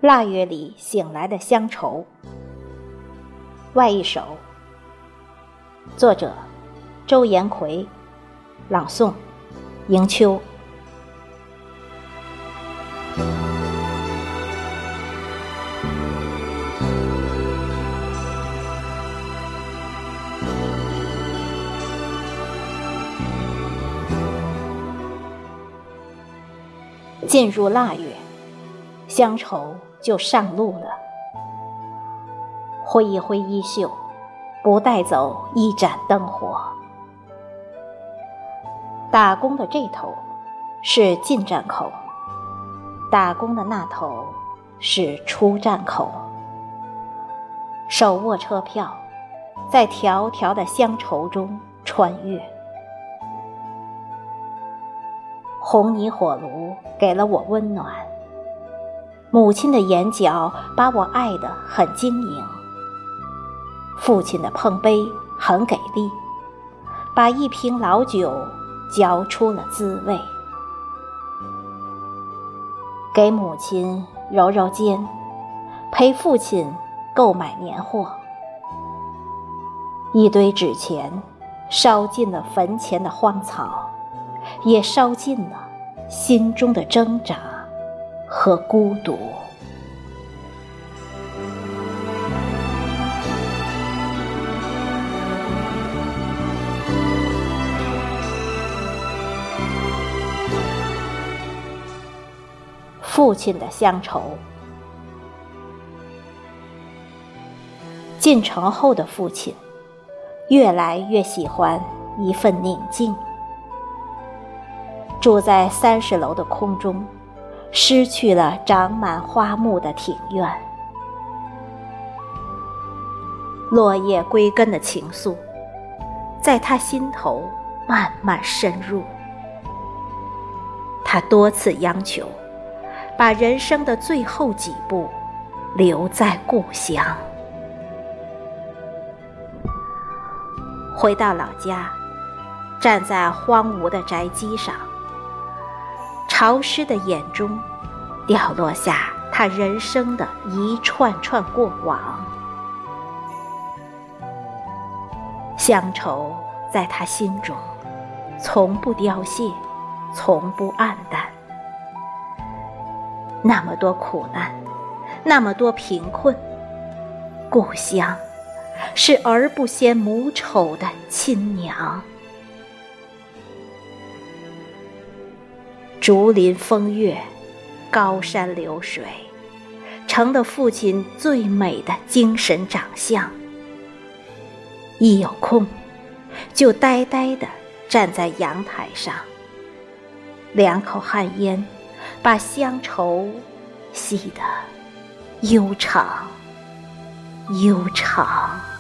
腊月里醒来的乡愁。外一首，作者周延奎，朗诵迎秋。进入腊月，乡愁就上路了。挥一挥衣袖，不带走一盏灯火。打工的这头是进站口，打工的那头是出站口。手握车票，在条条的乡愁中穿越。红泥火炉给了我温暖，母亲的眼角把我爱得很晶莹，父亲的碰杯很给力，把一瓶老酒嚼出了滋味。给母亲揉揉肩，陪父亲购买年货。一堆纸钱烧尽了坟前的荒草，也烧尽了心中的挣扎和孤独。父亲的乡愁。进城后的父亲越来越喜欢一份宁静。住在30楼的空中，失去了长满花木的庭院。落叶归根的情愫，在他心头慢慢深入。他多次央求，把人生的最后几步留在故乡。回到老家，站在荒芜的宅基上，潮湿的眼中掉落下他人生的一串串过往。乡愁在他心中从不凋谢，从不黯淡。那么多苦难，那么多贫困，故乡是儿不嫌母丑的亲娘。竹林风月，高山流水，成了父亲最美的精神长相。一有空，就呆呆地站在阳台上，2口旱烟把乡愁吸得悠长悠长。